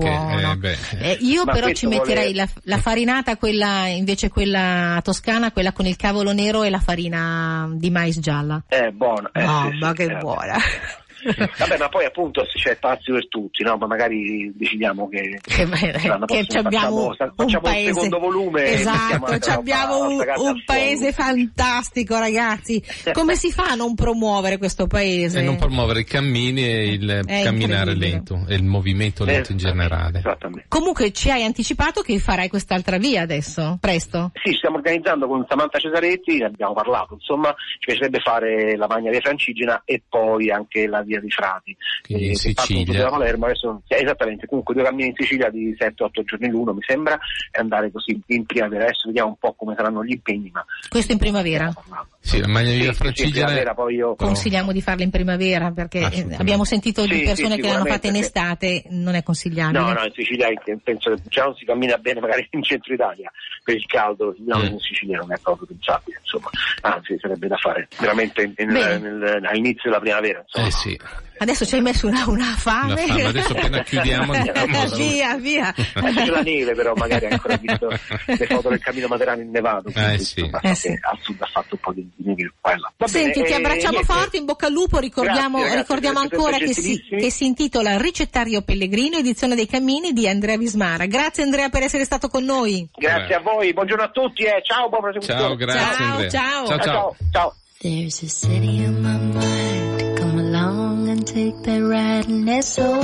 Speaker 1: Io però ci metterei la farinata, quella invece quella toscana, quella con il cavolo nero e la farina di mais gialla.
Speaker 7: Buona.
Speaker 1: Ma che buona.
Speaker 7: Vabbè, ma poi appunto se c'è spazio per tutti, no? Ma magari decidiamo che
Speaker 1: abbiamo
Speaker 7: facciamo un secondo volume.
Speaker 1: Esatto, abbiamo un paese fantastico, ragazzi. Come si fa a non promuovere questo paese?
Speaker 2: E non promuovere i cammini e il camminare lento e il movimento lento in generale.
Speaker 7: Esattamente.
Speaker 1: Comunque ci hai anticipato che farai quest'altra via adesso, presto?
Speaker 7: Sì, stiamo organizzando con Samantha Cesaretti, ne abbiamo parlato, insomma, ci piacerebbe fare la Magna Via Francigena e poi anche la Via dei Frati.
Speaker 2: In Sicilia.
Speaker 7: Da Palermo, adesso, esattamente, comunque 2 cammini in Sicilia di 7-8 giorni l'uno, mi sembra, e andare così in primavera. Adesso vediamo un po' come saranno gli impegni, ma...
Speaker 1: Questo in primavera?
Speaker 2: Sì, la Magna Via Francigena
Speaker 1: consigliamo di farla in primavera, perché abbiamo sentito di persone che l'hanno fatta in estate, non è consigliabile.
Speaker 7: No, in Sicilia penso che già non si cammina bene magari in centro Italia per il caldo, in Sicilia non è proprio pensabile, insomma, anzi sarebbe da fare veramente all'inizio della primavera, insomma.
Speaker 2: Sì.
Speaker 1: Adesso ci hai messo una fame.
Speaker 2: Adesso appena chiudiamo andiamo.
Speaker 1: Via.
Speaker 7: Adesso c'è la neve, però magari hai ancora visto le foto del Cammino Materano innevato.
Speaker 2: Sì.
Speaker 7: Al sud ha fatto un po' di neve qua e là.
Speaker 1: Senti, ti abbracciamo forte, in bocca al lupo, ricordiamo ancora che si intitola Ricettario Pellegrino, edizione dei cammini di Andrea Vismara. Grazie Andrea per essere stato con noi.
Speaker 7: Grazie a voi, buongiorno a tutti ciao, buon prosecuzione.
Speaker 2: Ciao, grazie Andrea.
Speaker 1: Ciao.
Speaker 6: There's a city in my mind, come along and take that ride, and it's alright.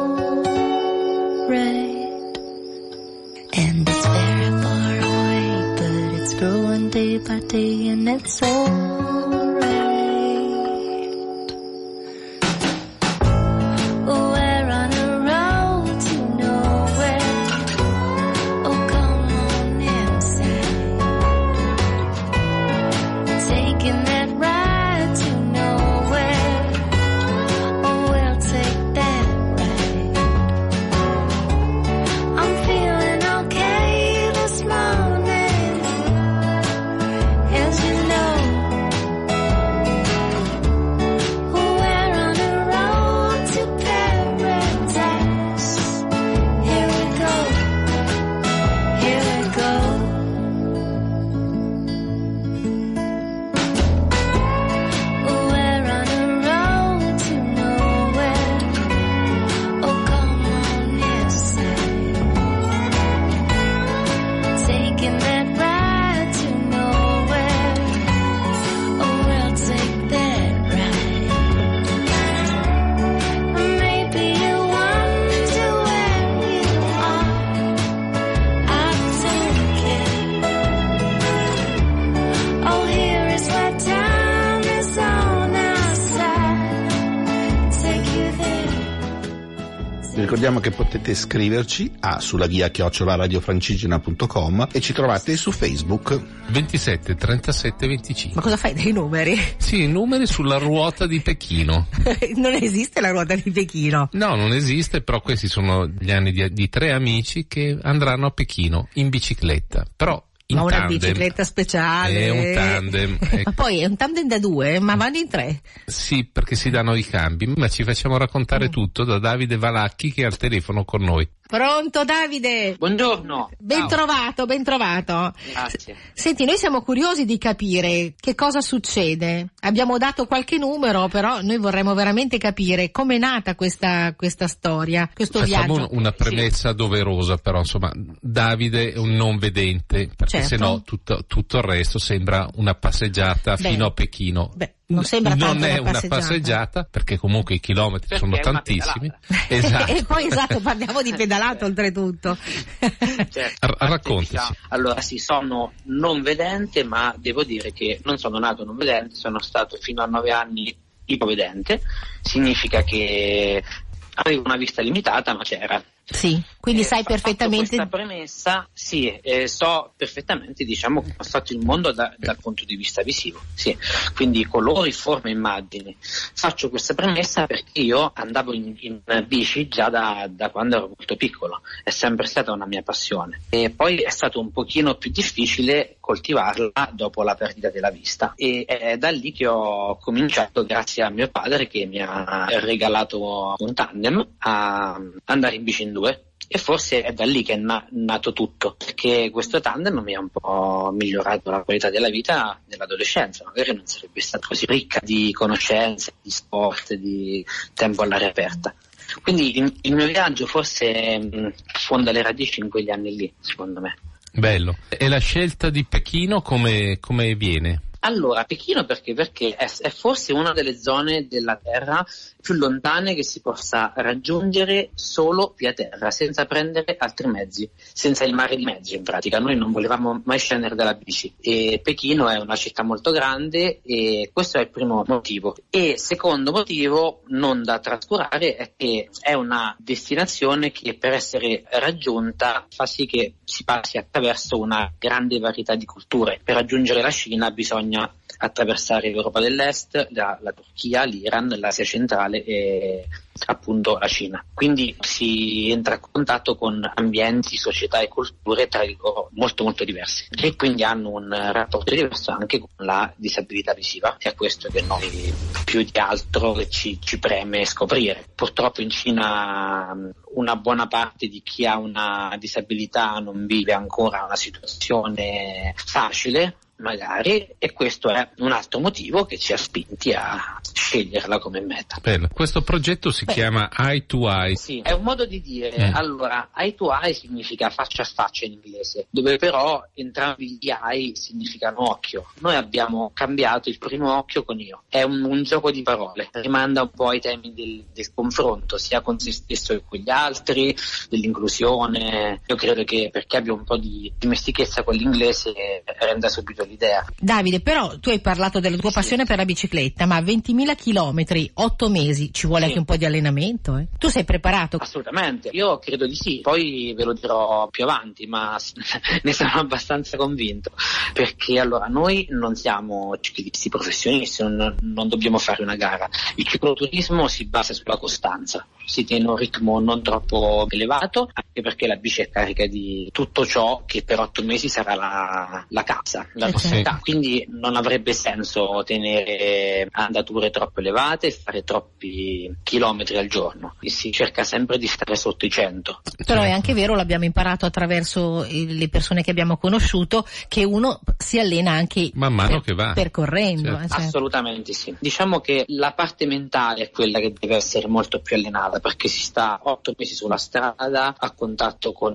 Speaker 6: And it's very far away, but it's growing day by day, and it's alright. We're on a road to nowhere, oh come on inside, taking that ride to nowhere, oh we'll take that ride. I'm feeling okay this morning, as you know, we're on a road to paradise. Here we go, here we go. We're on a road to nowhere, oh come on inside, taking that ride to nowhere, oh we'll take that ride. Maybe you wonder where you are, I don't care. Oh, here is where time is on our side. Take you there.
Speaker 3: Vi ricordiamo che potete scriverci a sulavia@radiofrancigena.com e ci trovate su Facebook.
Speaker 2: 27 37 25.
Speaker 1: Ma cosa fai dei numeri?
Speaker 2: Sì, i numeri sulla ruota di Pechino.
Speaker 1: Non esiste la ruota di Pechino.
Speaker 2: No, non esiste, però questi sono gli anni di 3 amici che andranno a Pechino in bicicletta. Però
Speaker 1: Ma una
Speaker 2: tandem.
Speaker 1: bicicletta speciale.
Speaker 2: È un tandem.
Speaker 1: Ma poi è un tandem da 2, ma vanno in 3.
Speaker 2: Sì, perché si danno i cambi, ma ci facciamo raccontare tutto da Davide Valacchi che è al telefono con noi.
Speaker 1: Pronto Davide?
Speaker 8: Buongiorno.
Speaker 1: Ben trovato.
Speaker 8: Grazie.
Speaker 1: Senti, noi siamo curiosi di capire che cosa succede. Abbiamo dato qualche numero, però noi vorremmo veramente capire com'è nata questa storia, questo
Speaker 2: Facciamo
Speaker 1: viaggio.
Speaker 2: una premessa doverosa, però insomma Davide è un non vedente, perché
Speaker 1: Certo.
Speaker 2: sennò tutto il resto sembra una passeggiata fino a Pechino.
Speaker 1: Beh, non sembra tanto
Speaker 2: Non è una passeggiata, perché comunque i chilometri sono
Speaker 8: Perché è una
Speaker 2: tantissimi.
Speaker 8: pedalata.
Speaker 2: Esatto.
Speaker 1: E poi parliamo di pedalato oltretutto.
Speaker 8: Certo.
Speaker 2: Raccontaci.
Speaker 8: Allora sì, sono non vedente, ma devo dire che non sono nato non vedente, sono stato fino a 9 anni ipovedente. Significa che avevo una vista limitata, ma c'era.
Speaker 1: Sì, quindi sai perfettamente.
Speaker 8: Questa premessa, sì, so perfettamente, diciamo, come è stato il mondo dal punto di vista visivo, sì. Quindi colori, forme, immagini. Faccio questa premessa perché io andavo in bici già da quando ero molto piccolo, è sempre stata una mia passione. E poi è stato un pochino più difficile coltivarla dopo la perdita della vista. E è da lì che ho cominciato, grazie a mio padre che mi ha regalato un tandem, a andare in bici in 2. e forse è da lì che è nato tutto, perché questo tandem mi ha un po' migliorato la qualità della vita nell'adolescenza, magari non sarebbe stata così ricca di conoscenze, di sport, di tempo all'aria aperta. Quindi il mio viaggio forse fonda le radici in quegli anni lì, secondo me.
Speaker 2: Bello. E la scelta di Pechino come viene?
Speaker 8: Allora, Pechino perché è forse una delle zone della Terra più lontane che si possa raggiungere solo via terra, senza prendere altri mezzi, senza il mare di mezzi in pratica. Noi non volevamo mai scendere dalla bici e Pechino è una città molto grande e questo è il primo motivo. E secondo motivo, non da trascurare, è che è una destinazione che per essere raggiunta fa sì che si passi attraverso una grande varietà di culture. Per raggiungere la Cina bisogna attraversare l'Europa dell'Est, la Turchia, l'Iran, l'Asia centrale e appunto la Cina. Quindi si entra a contatto con ambienti, società e culture tra loro molto molto diversi e quindi hanno un rapporto diverso anche con la disabilità visiva. È questo che noi più di altro ci preme scoprire. Purtroppo in Cina una buona parte di chi ha una disabilità non vive ancora una situazione facile, magari, e questo è un altro motivo che ci ha spinti a sceglierla come meta.
Speaker 2: Bello. Questo progetto si chiama Eye to Eye.
Speaker 8: Sì, è un modo di dire. Allora, eye to eye significa faccia a faccia in inglese, dove però entrambi gli eye significano occhio. Noi abbiamo cambiato il primo occhio con io. È un gioco di parole, rimanda un po' ai temi del confronto, sia con se stesso che con gli altri, dell'inclusione. Io credo che perché abbia un po' di dimestichezza con l'inglese renda subito l'idea.
Speaker 1: Davide, però tu hai parlato della tua passione per la bicicletta, ma 20.000 chilometri, 8 mesi, ci vuole anche un po' di allenamento, eh? Tu sei preparato?
Speaker 8: Assolutamente, io credo di sì, poi ve lo dirò più avanti, ma ne sono abbastanza convinto, perché allora noi non siamo ciclisti professionisti, non dobbiamo fare una gara. Il cicloturismo si basa sulla costanza, si tiene un ritmo non troppo elevato, anche perché la bici è carica di tutto ciò che per 8 mesi sarà la casa, la possibilità. Quindi non avrebbe senso tenere andature troppo elevate e fare troppi chilometri al giorno. E si cerca sempre di stare sotto i 100.
Speaker 1: Però è anche vero, l'abbiamo imparato attraverso le persone che abbiamo conosciuto, che uno si allena anche
Speaker 2: man mano che va
Speaker 1: percorrendo.
Speaker 2: Certo.
Speaker 8: Assolutamente sì. Diciamo che la parte mentale è quella che deve essere molto più allenata, perché si sta 8 mesi sulla strada a contatto con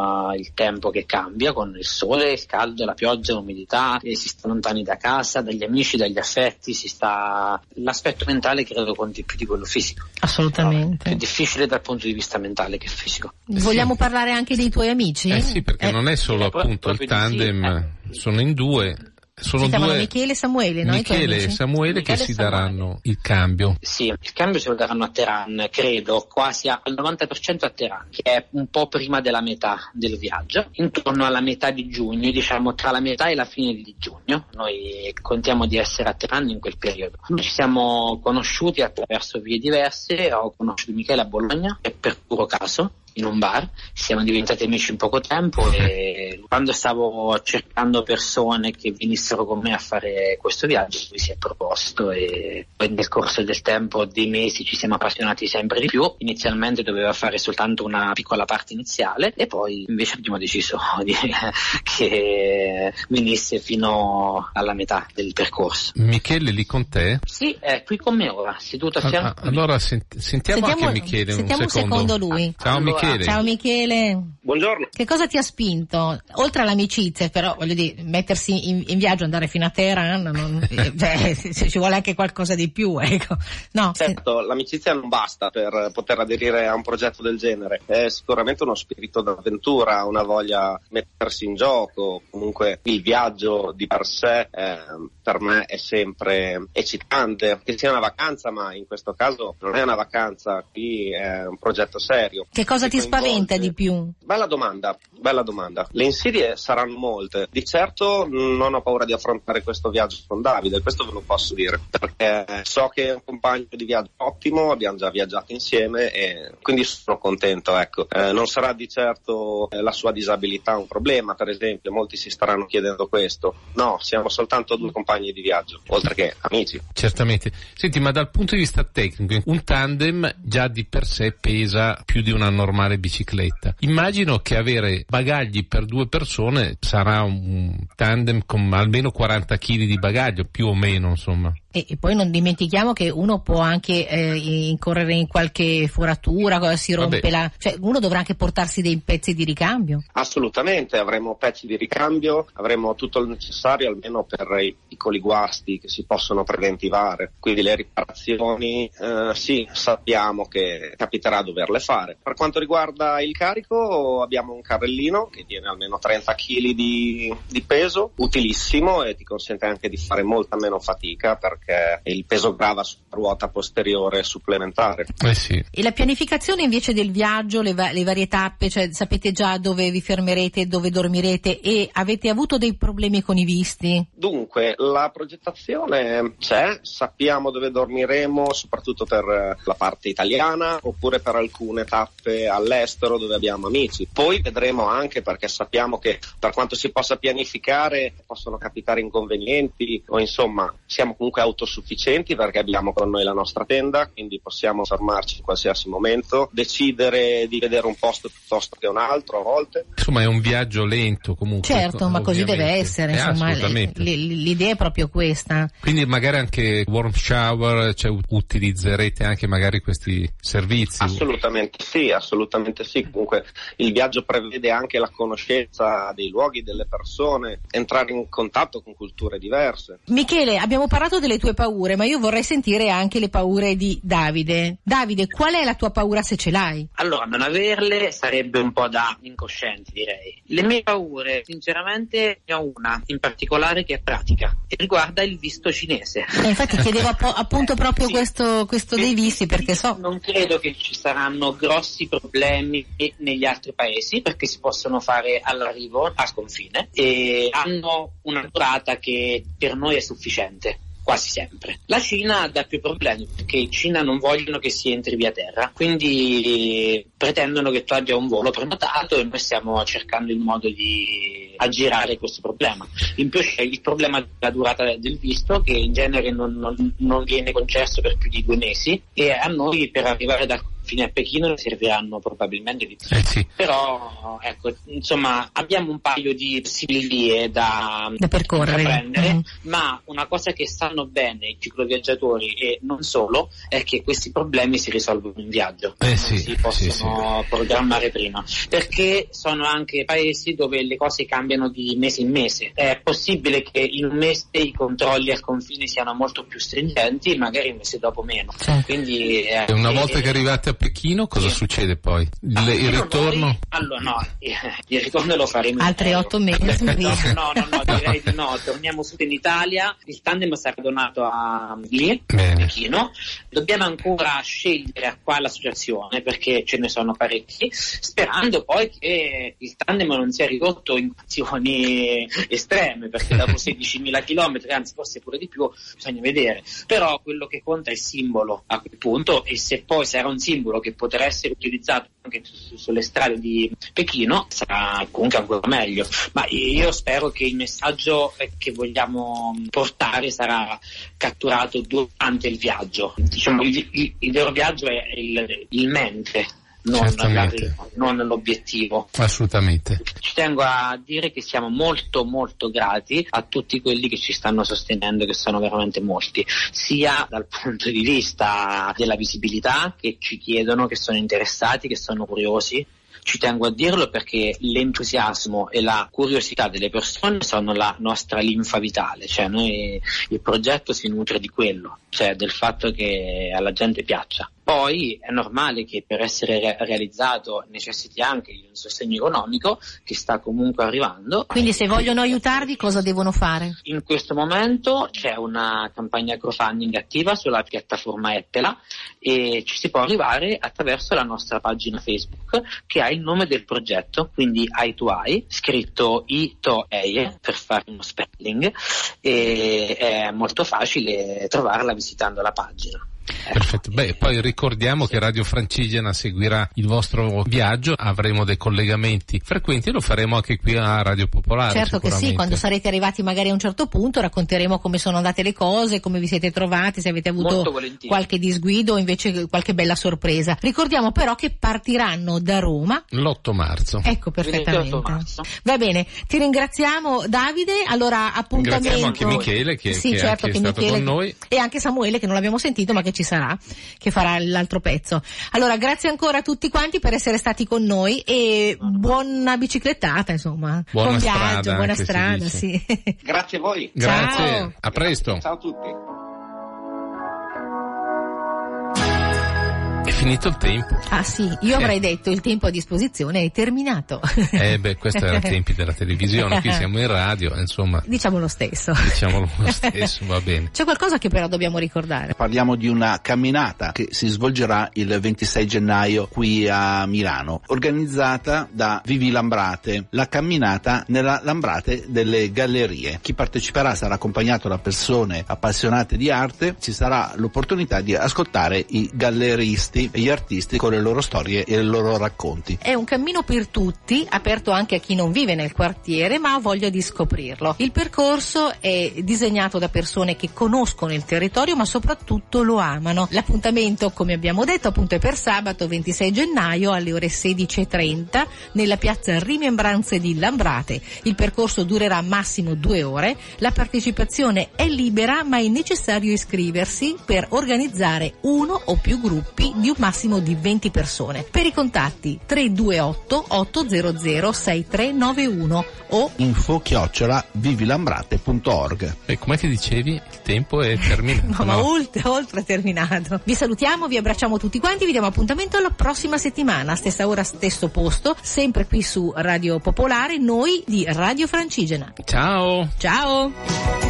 Speaker 8: il tempo che cambia, con il sole, il caldo, la pioggia, l'umidità, e si sta lontani da casa, dagli amici, dagli affetti, l'aspetto mentale credo conti più di quello fisico.
Speaker 1: Assolutamente.
Speaker 8: È difficile dal punto di vista mentale che fisico.
Speaker 1: Vogliamo parlare anche dei tuoi amici?
Speaker 2: Sì, perché non è solo appunto il tandem, sono in due. Sono
Speaker 1: si chiamano
Speaker 2: due,
Speaker 1: Michele e Samuele, no?
Speaker 2: Michele e Samuele che si daranno il cambio.
Speaker 8: Sì, il cambio se lo daranno a Teheran, credo, quasi al 90% a Teheran, che è un po' prima della metà del viaggio, intorno alla metà di giugno, diciamo tra la metà e la fine di giugno. Noi contiamo di essere a Teheran in quel periodo. Noi ci siamo conosciuti attraverso vie diverse, ho conosciuto Michele a Bologna, e per puro caso, in un bar, siamo diventati amici in poco tempo e quando stavo cercando persone che venissero con me a fare questo viaggio lui si è proposto e poi nel corso del tempo, dei mesi, ci siamo appassionati sempre di più. Inizialmente doveva fare soltanto una piccola parte iniziale e poi invece abbiamo deciso che venisse fino alla metà del percorso.
Speaker 2: Michele lì con te?
Speaker 8: Sì, è qui con me ora, seduto a fianco.
Speaker 2: Allora sentiamo anche Michele
Speaker 1: un secondo lui.
Speaker 2: Ciao
Speaker 8: allora,
Speaker 2: Michele.
Speaker 1: Ciao Michele.
Speaker 7: Buongiorno.
Speaker 1: Che cosa ti ha spinto? Oltre all'amicizia, però voglio dire, mettersi in viaggio, andare fino a Teheran, ci vuole anche qualcosa di più, ecco. No?
Speaker 9: Certo, l'amicizia non basta per poter aderire a un progetto del genere, è sicuramente uno spirito d'avventura, una voglia di mettersi in gioco, comunque il viaggio di per sé per me è sempre eccitante, che sia una vacanza, ma in questo caso non è una vacanza, qui è un progetto serio.
Speaker 1: Che cosa ti spaventa di più?
Speaker 9: Bella domanda. Le insidie saranno molte. Di certo non ho paura di affrontare questo viaggio con Davide, questo ve lo posso dire, perché so che è un compagno di viaggio ottimo, abbiamo già viaggiato insieme e quindi sono contento, ecco. Non sarà di certo la sua disabilità un problema, per esempio, molti si staranno chiedendo questo. No, siamo soltanto 2 compagni di viaggio, oltre che amici.
Speaker 2: Certamente. Senti, ma dal punto di vista tecnico, un tandem già di per sé pesa più di una normale normale bicicletta. Immagino che avere bagagli per 2 persone sarà un tandem con almeno 40 kg di bagaglio, più o meno, insomma.
Speaker 1: E poi non dimentichiamo che uno può anche incorrere in qualche foratura, si rompe cioè uno dovrà anche portarsi dei pezzi di ricambio.
Speaker 9: Assolutamente, avremo pezzi di ricambio, avremo tutto il necessario almeno per i piccoli guasti che si possono preventivare, quindi le riparazioni sì, sappiamo che capiterà doverle fare. Per quanto riguarda il carico, abbiamo un carrellino che tiene almeno 30 kg di peso, utilissimo, e ti consente anche di fare molta meno fatica perché il peso grava sulla ruota posteriore supplementare.
Speaker 2: Sì.
Speaker 1: E la pianificazione invece del viaggio, le varie tappe, cioè sapete già dove vi fermerete, dove dormirete, e avete avuto dei problemi con i visti?
Speaker 9: Dunque, la progettazione c'è, sappiamo dove dormiremo, soprattutto per la parte italiana oppure per alcune tappe all'estero dove abbiamo amici. Poi vedremo anche, perché sappiamo che per quanto si possa pianificare possono capitare inconvenienti, o insomma siamo comunque autosufficienti perché abbiamo con noi la nostra tenda, quindi possiamo fermarci in qualsiasi momento, decidere di vedere un posto piuttosto che un altro a volte.
Speaker 2: Insomma è un viaggio lento comunque.
Speaker 1: Certo, ma così deve essere, insomma, l'idea è proprio questa.
Speaker 2: Quindi magari anche warm shower, cioè utilizzerete anche magari questi servizi?
Speaker 9: Assolutamente sì, comunque il viaggio prevede anche la conoscenza dei luoghi, delle persone, entrare in contatto con culture diverse.
Speaker 1: Michele, abbiamo parlato delle tue paure, ma io vorrei sentire anche le paure di Davide. Davide, qual è la tua paura, se ce l'hai?
Speaker 8: Allora, non averle sarebbe un po' da incoscienti, direi. Le mie paure, sinceramente, ne ho una in particolare che è pratica e riguarda il visto cinese.
Speaker 1: Infatti chiedevo appunto proprio
Speaker 8: sì.
Speaker 1: questo dei visti, perché so.
Speaker 8: Non credo che ci saranno grossi problemi negli altri paesi, perché si possono fare all'arrivo a confine e hanno una durata che per noi è sufficiente. Quasi sempre. La Cina dà più problemi perché in Cina non vogliono che si entri via terra, quindi pretendono che tu abbia un volo prenotato e noi stiamo cercando il modo di aggirare questo problema. In più c'è il problema della durata del visto, che in genere non viene concesso per più di 2 mesi, e a noi per arrivare da fino a Pechino ne serviranno probabilmente di più.
Speaker 2: Sì.
Speaker 8: Però ecco, insomma, abbiamo un paio di possibili da
Speaker 1: percorrere,
Speaker 8: prendere, ma una cosa che sanno bene i cicloviaggiatori e non solo è che questi problemi si risolvono in viaggio, si possono programmare prima, perché sono anche paesi dove le cose cambiano di mese in mese. È possibile che in un mese i controlli al confine siano molto più stringenti, magari un mese dopo meno. Quindi
Speaker 2: una volta che arrivate a Pechino cosa succede poi? Il ritorno?
Speaker 8: Il ritorno lo faremo
Speaker 1: altri 8 mesi.
Speaker 8: No, direi di no. Torniamo su in Italia, il tandem sarà donato a Pechino. Dobbiamo ancora scegliere qua l'associazione, perché ce ne sono parecchi, sperando poi che il tandem non sia ridotto in azioni estreme, perché dopo 16.000 chilometri, anzi forse pure di più, bisogna vedere. Però quello che conta è il simbolo a quel punto, e se poi sarà un simbolo che potrà essere utilizzato anche sulle strade di Pechino, sarà comunque ancora meglio. Ma io spero che il messaggio che vogliamo portare sarà catturato durante il viaggio. Diciamo, il vero viaggio è il mente, non l'obiettivo.
Speaker 2: Assolutamente.
Speaker 8: Ci tengo a dire che siamo molto molto grati a tutti quelli che ci stanno sostenendo, che sono veramente molti, sia dal punto di vista della visibilità, che ci chiedono, che sono interessati, che sono curiosi. Ci tengo a dirlo perché l'entusiasmo e la curiosità delle persone sono la nostra linfa vitale, cioè noi, il progetto si nutre di quello, cioè del fatto che alla gente piaccia. Poi è normale che per essere realizzato necessiti anche di un sostegno economico che sta comunque arrivando.
Speaker 1: Quindi se vogliono aiutarvi cosa devono fare?
Speaker 8: In questo momento c'è una campagna crowdfunding attiva sulla piattaforma Ettela e ci si può arrivare attraverso la nostra pagina Facebook, che ha il nome del progetto, quindi Eye to Eye, scritto I-to-Eye per fare uno spelling, e è molto facile trovarla visitando la pagina.
Speaker 2: Perfetto. Beh, poi ricordiamo che Radio Francigena seguirà il vostro viaggio, avremo dei collegamenti frequenti, lo faremo anche qui a Radio Popolare.
Speaker 1: Certo che sì, quando sarete arrivati magari a un certo punto racconteremo come sono andate le cose, come vi siete trovati, se avete avuto qualche disguido o invece qualche bella sorpresa. Ricordiamo però che partiranno da Roma
Speaker 2: l'8 marzo.
Speaker 1: Ecco, perfettamente. Va bene, ti ringraziamo Davide, allora appuntamento.
Speaker 2: Ringraziamo anche Michele che è stato con noi.
Speaker 1: E anche Samuele che non l'abbiamo sentito ma che ci sarà, che farà l'altro pezzo. Allora grazie ancora a tutti quanti per essere stati con noi e buona biciclettata, insomma, buon viaggio, buona strada, sì.
Speaker 9: Grazie a voi.
Speaker 2: Grazie,
Speaker 1: ciao.
Speaker 2: A presto.
Speaker 9: Ciao a tutti.
Speaker 2: È finito il tempo.
Speaker 1: Ah sì, io avrei detto il tempo a disposizione è terminato.
Speaker 2: Questo era i tempi della televisione, qui siamo in radio, insomma.
Speaker 1: Diciamo lo stesso,
Speaker 2: va bene.
Speaker 1: C'è qualcosa che però dobbiamo ricordare.
Speaker 3: Parliamo di una camminata che si svolgerà il 26 gennaio qui a Milano, organizzata da Vivi Lambrate, la camminata nella Lambrate delle Gallerie. Chi parteciperà sarà accompagnato da persone appassionate di arte, ci sarà l'opportunità di ascoltare i galleristi e gli artisti con le loro storie e i loro racconti.
Speaker 1: È un cammino per tutti, aperto anche a chi non vive nel quartiere ma ha voglia di scoprirlo. Il percorso è disegnato da persone che conoscono il territorio ma soprattutto lo amano. L'appuntamento, come abbiamo detto, appunto è per sabato 26 gennaio alle ore 16:30 nella piazza Rimembranze di Lambrate. Il percorso durerà massimo 2 ore. La partecipazione è libera ma è necessario iscriversi per organizzare uno o più gruppi di un massimo di 20 persone. Per i contatti 328 800 6391 o
Speaker 3: info@vivilambrate.org.
Speaker 2: E com'è che dicevi? Il tempo è terminato.
Speaker 1: No, oltre terminato. Vi salutiamo, vi abbracciamo tutti quanti, vi diamo appuntamento alla prossima settimana, stessa ora, stesso posto, sempre qui su Radio Popolare, noi di Radio Francigena.
Speaker 2: Ciao.
Speaker 1: Ciao.